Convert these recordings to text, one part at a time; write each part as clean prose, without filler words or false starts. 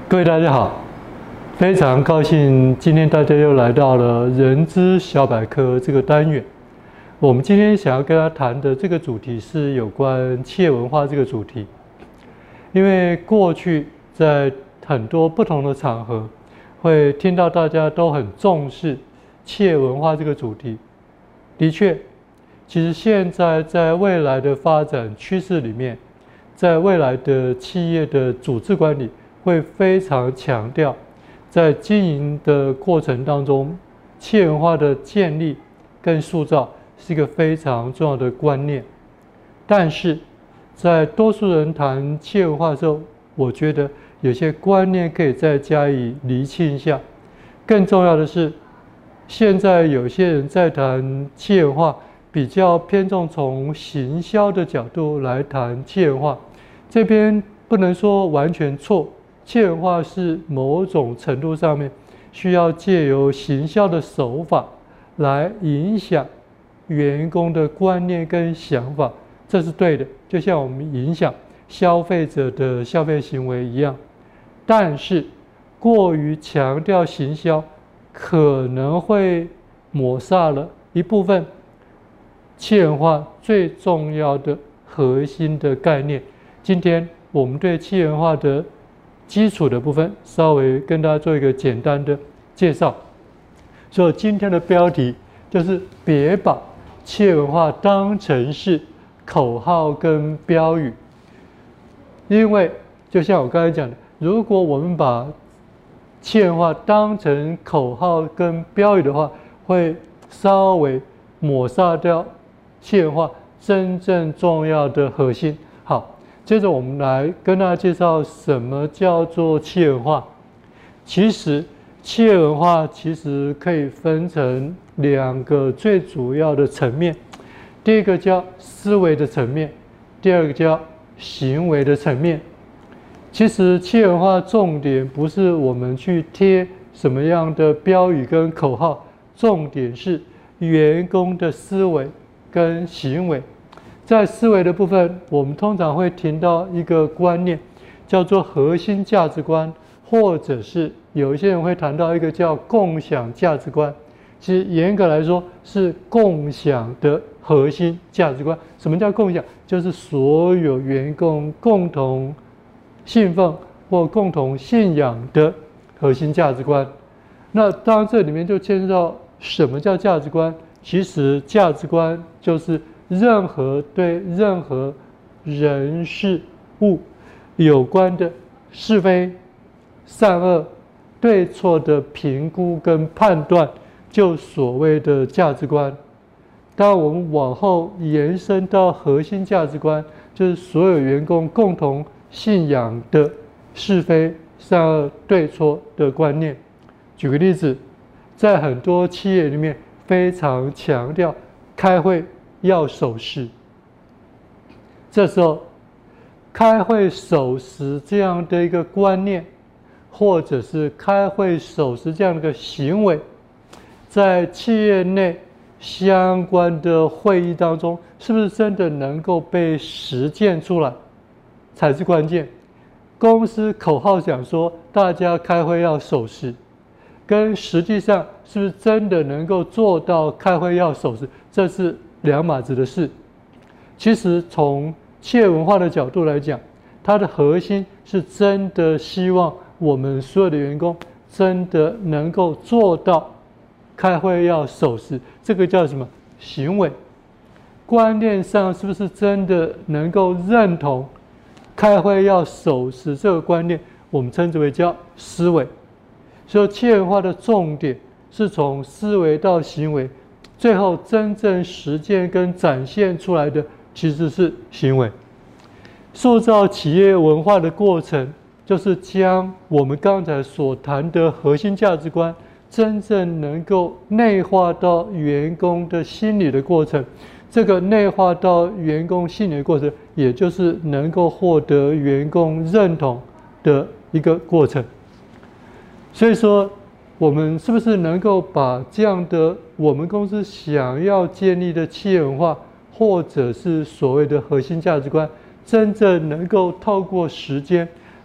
各位大家好，非常高兴今天大家又来到了人资小百科这个单元。我们今天想要跟大家谈的这个主题是有关企业文化这个主题。因为过去在很多不同的场合，会听到大家都很重视企业文化这个主题。的确，其实现在在未来的发展趋势里面，在未来的企业的组织管理，会非常强调，在经营的过程当中，企业文化的建立跟塑造是一个非常重要的观念。但是，在多数人谈企业文化的时候，我觉得有些观念可以再加以厘清一下。更重要的是，现在有些人在谈企业文化，比较偏重从行销的角度来谈企业文化，这边不能说完全错。企业文化是某种程度上面需要借由行销的手法来影响员工的观念跟想法，这是对的，就像我们影响消费者的消费行为一样。但是过于强调行销，可能会抹杀了一部分企业文化最重要的核心的概念。今天我们对企业文化的基础的部分，稍微跟大家做一个简单的介绍。所以今天的标题就是别把企业文化当成是口号跟标语，因为就像我刚才讲的，如果我们把企业文化当成口号跟标语的话，会稍微抹杀掉企业文化真正重要的核心。好，接着我们来跟大家介绍什么叫做企业文化。其实企业文化可以分成两个最主要的层面，第一个叫思维的层面，第二个叫行为的层面。其实企业文化重点不是我们去贴什么样的标语跟口号，重点是员工的思维跟行为。在思维的部分，我们通常会听到一个观念，叫做核心价值观，或者是有一些人会谈到一个叫共享价值观。其实严格来说是共享的核心价值观。什么叫共享？就是所有员工共同信奉或共同信仰的核心价值观。那当然这里面就牵涉到什么叫价值观。其实价值观就是任何对任何人事物有关的是非善恶对错的评估跟判断，就所谓的价值观。当我们往后延伸到核心价值观，就是所有员工共同信仰的是非善恶对错的观念。举个例子，在很多企业里面非常强调开会要守时，这时候开会守时这样的一个观念，或者是开会守时这样的一个行为，在企业内相关的会议当中，是不是真的能够被实践出来，才是关键。公司口号讲说大家开会要守时，跟实际上是不是真的能够做到开会要守时，这是两码子的事。其实从企业文化的角度来讲，它的核心是真的希望我们所有的员工真的能够做到开会要守时，这个叫什么？行为。观念上是不是真的能够认同开会要守时这个观念？我们称之为叫思维。所以企业文化的重点是从思维到行为，最后真正实践跟展现出来的其实是行为。塑造企业文化的过程，就是将我们刚才所谈的核心价值观真正能够内化到员工的心理的过程。这个内化到员工心理的过程，也就是能够获得员工认同的一个过程。所以说，我们是不是能够把这样的我们公司想要建立的企业文化，或者是所谓的核心价值观，真正能够透过时间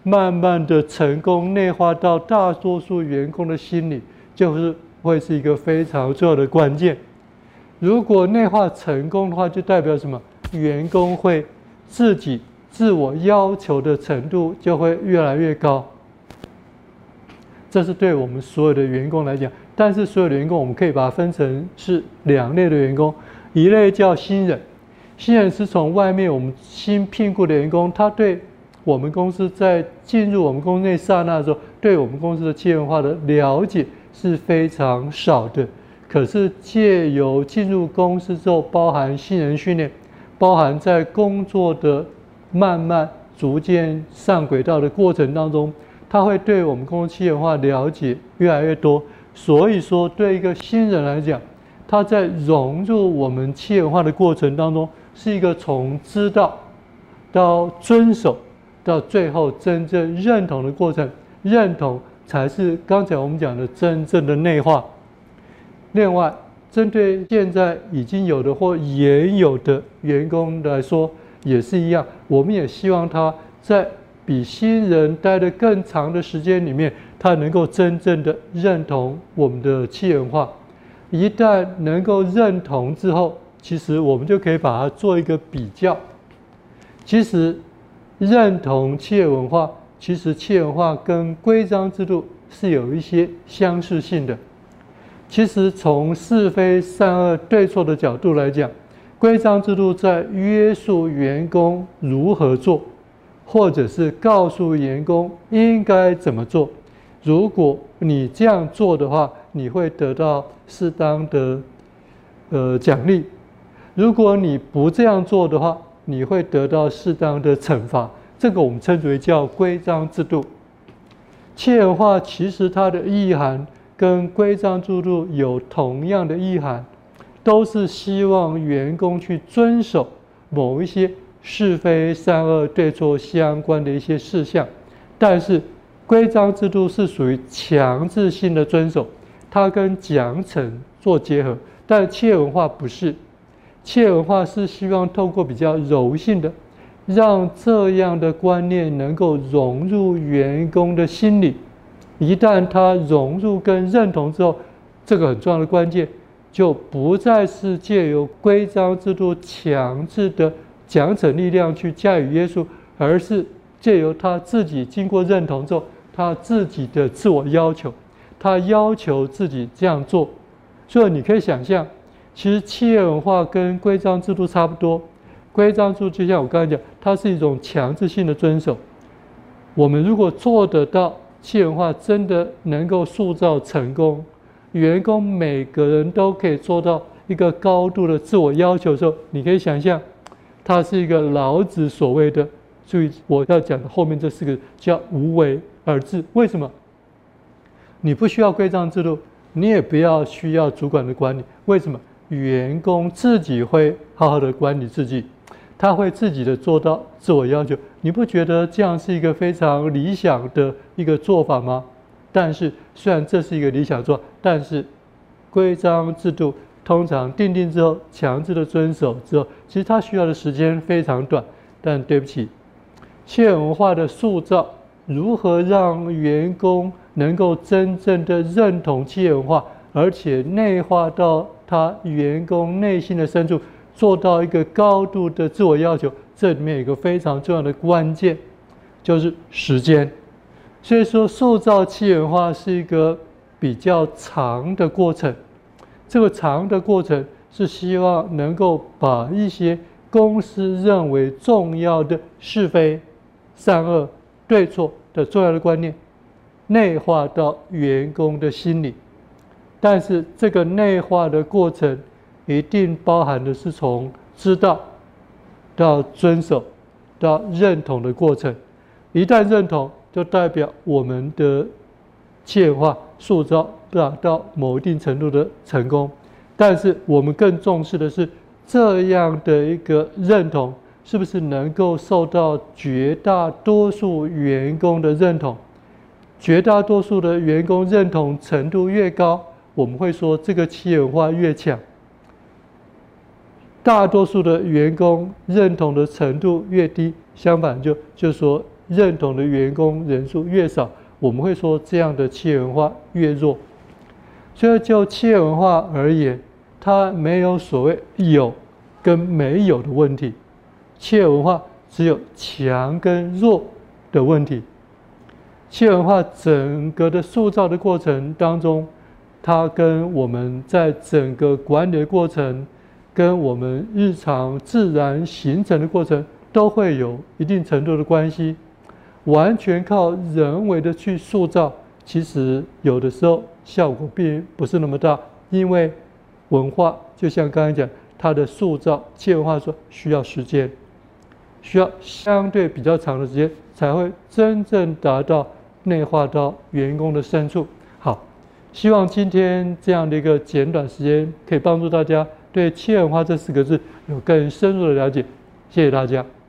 慢慢的成功内化到大多数员工的心里，就是会是一个非常重要的关键。如果内化成功的话，就代表什么？员工会自己自我要求的程度就会越来越高。这是对我们所有的员工来讲，但是所有的员工我们可以把它分成是2类的员工，一类叫新人，新人是从外面我们新聘雇的员工，他对我们公司在进入我们公司那刹那的时候，对我们公司的企业文化的了解是非常少的。可是借由进入公司之后，包含新人训练，包含在工作的慢慢逐渐上轨道的过程当中，他会对我们公司企业文化了解越来越多。所以说，对一个新人来讲，他在融入我们企业文化的过程当中，是一个从知道到遵守到最后真正认同的过程。认同才是刚才我们讲的真正的内化。另外，针对现在已经有的或也有的员工来说，也是一样，我们也希望他在比新人待得更长的时间里面，他能够真正的认同我们的企业文化。一旦能够认同之后，其实我们就可以把它做一个比较。其实认同企业文化，其实企业文化跟规章制度是有一些相似性的。其实从是非善恶对错的角度来讲，规章制度在约束员工如何做，或者是告诉员工应该怎么做。如果你这样做的话，你会得到适当的奖励；如果你不这样做的话，你会得到适当的惩罚。这个我们称之为叫规章制度。企业文化其实它的意涵跟规章制度有同样的意涵，都是希望员工去遵守某一些是非善恶对错相关的一些事项。但是规章制度是属于强制性的遵守，它跟奖惩做结合，但企业文化不是。企业文化是希望透过比较柔性的，让这样的观念能够融入员工的心里。一旦它融入跟认同之后，这个很重要的关键就不再是借由规章制度强制的奖惩力量去加以约束，而是借由他自己经过认同之后，他自己的自我要求，他要求自己这样做。所以你可以想象，其实企业文化跟规章制度差不多。规章制度就像我刚才讲，它是一种强制性的遵守。我们如果做得到，企业文化真的能够塑造成功，员工每个人都可以做到一个高度的自我要求的时候，你可以想象，它是一个老子所谓的，注意我要讲的后面这4个叫无为而治。为什么？你不需要规章制度，你也不要需要主管的管理。为什么？员工自己会好好的管理自己，他会自己的做到自我要求。你不觉得这样是一个非常理想的一个做法吗？但是虽然这是一个理想做法，但是规章制度通常定之后，强制的遵守之后，其实它需要的时间非常短。但对不起，企业文化的塑造，如何让员工能够真正的认同企业文化，而且内化到他员工内心的深处，做到一个高度的自我要求，这里面有一个非常重要的关键，就是时间。所以说，塑造企业文化是一个比较长的过程。这个长的过程是希望能够把一些公司认为重要的是非、善恶、对错的重要的观念，内化到员工的心里。但是这个内化的过程，一定包含的是从知道到遵守到认同的过程。一旦认同，就代表我们的企业文化塑造达到某一定程度的成功。但是我们更重视的是这样的一个认同是不是能够受到绝大多数员工的认同。绝大多数的员工认同程度越高，我们会说这个企业文化越强。大多数的员工认同的程度越低，相反就说认同的员工人数越少，我们会说这样的企业文化越弱。所以就企业文化而言，它没有所谓有跟没有的问题，企业文化只有强跟弱的问题。企业文化整个的塑造的过程当中，它跟我们在整个管理的过程，跟我们日常自然形成的过程，都会有一定程度的关系。完全靠人为的去塑造，其实有的时候效果并不是那么大，因为文化就像刚才讲，它的塑造，企业文化说需要时间，需要相对比较长的时间，才会真正达到内化到员工的深处。好，希望今天这样的一个简短时间，可以帮助大家对企业文化这4个字有更深入的了解。谢谢大家。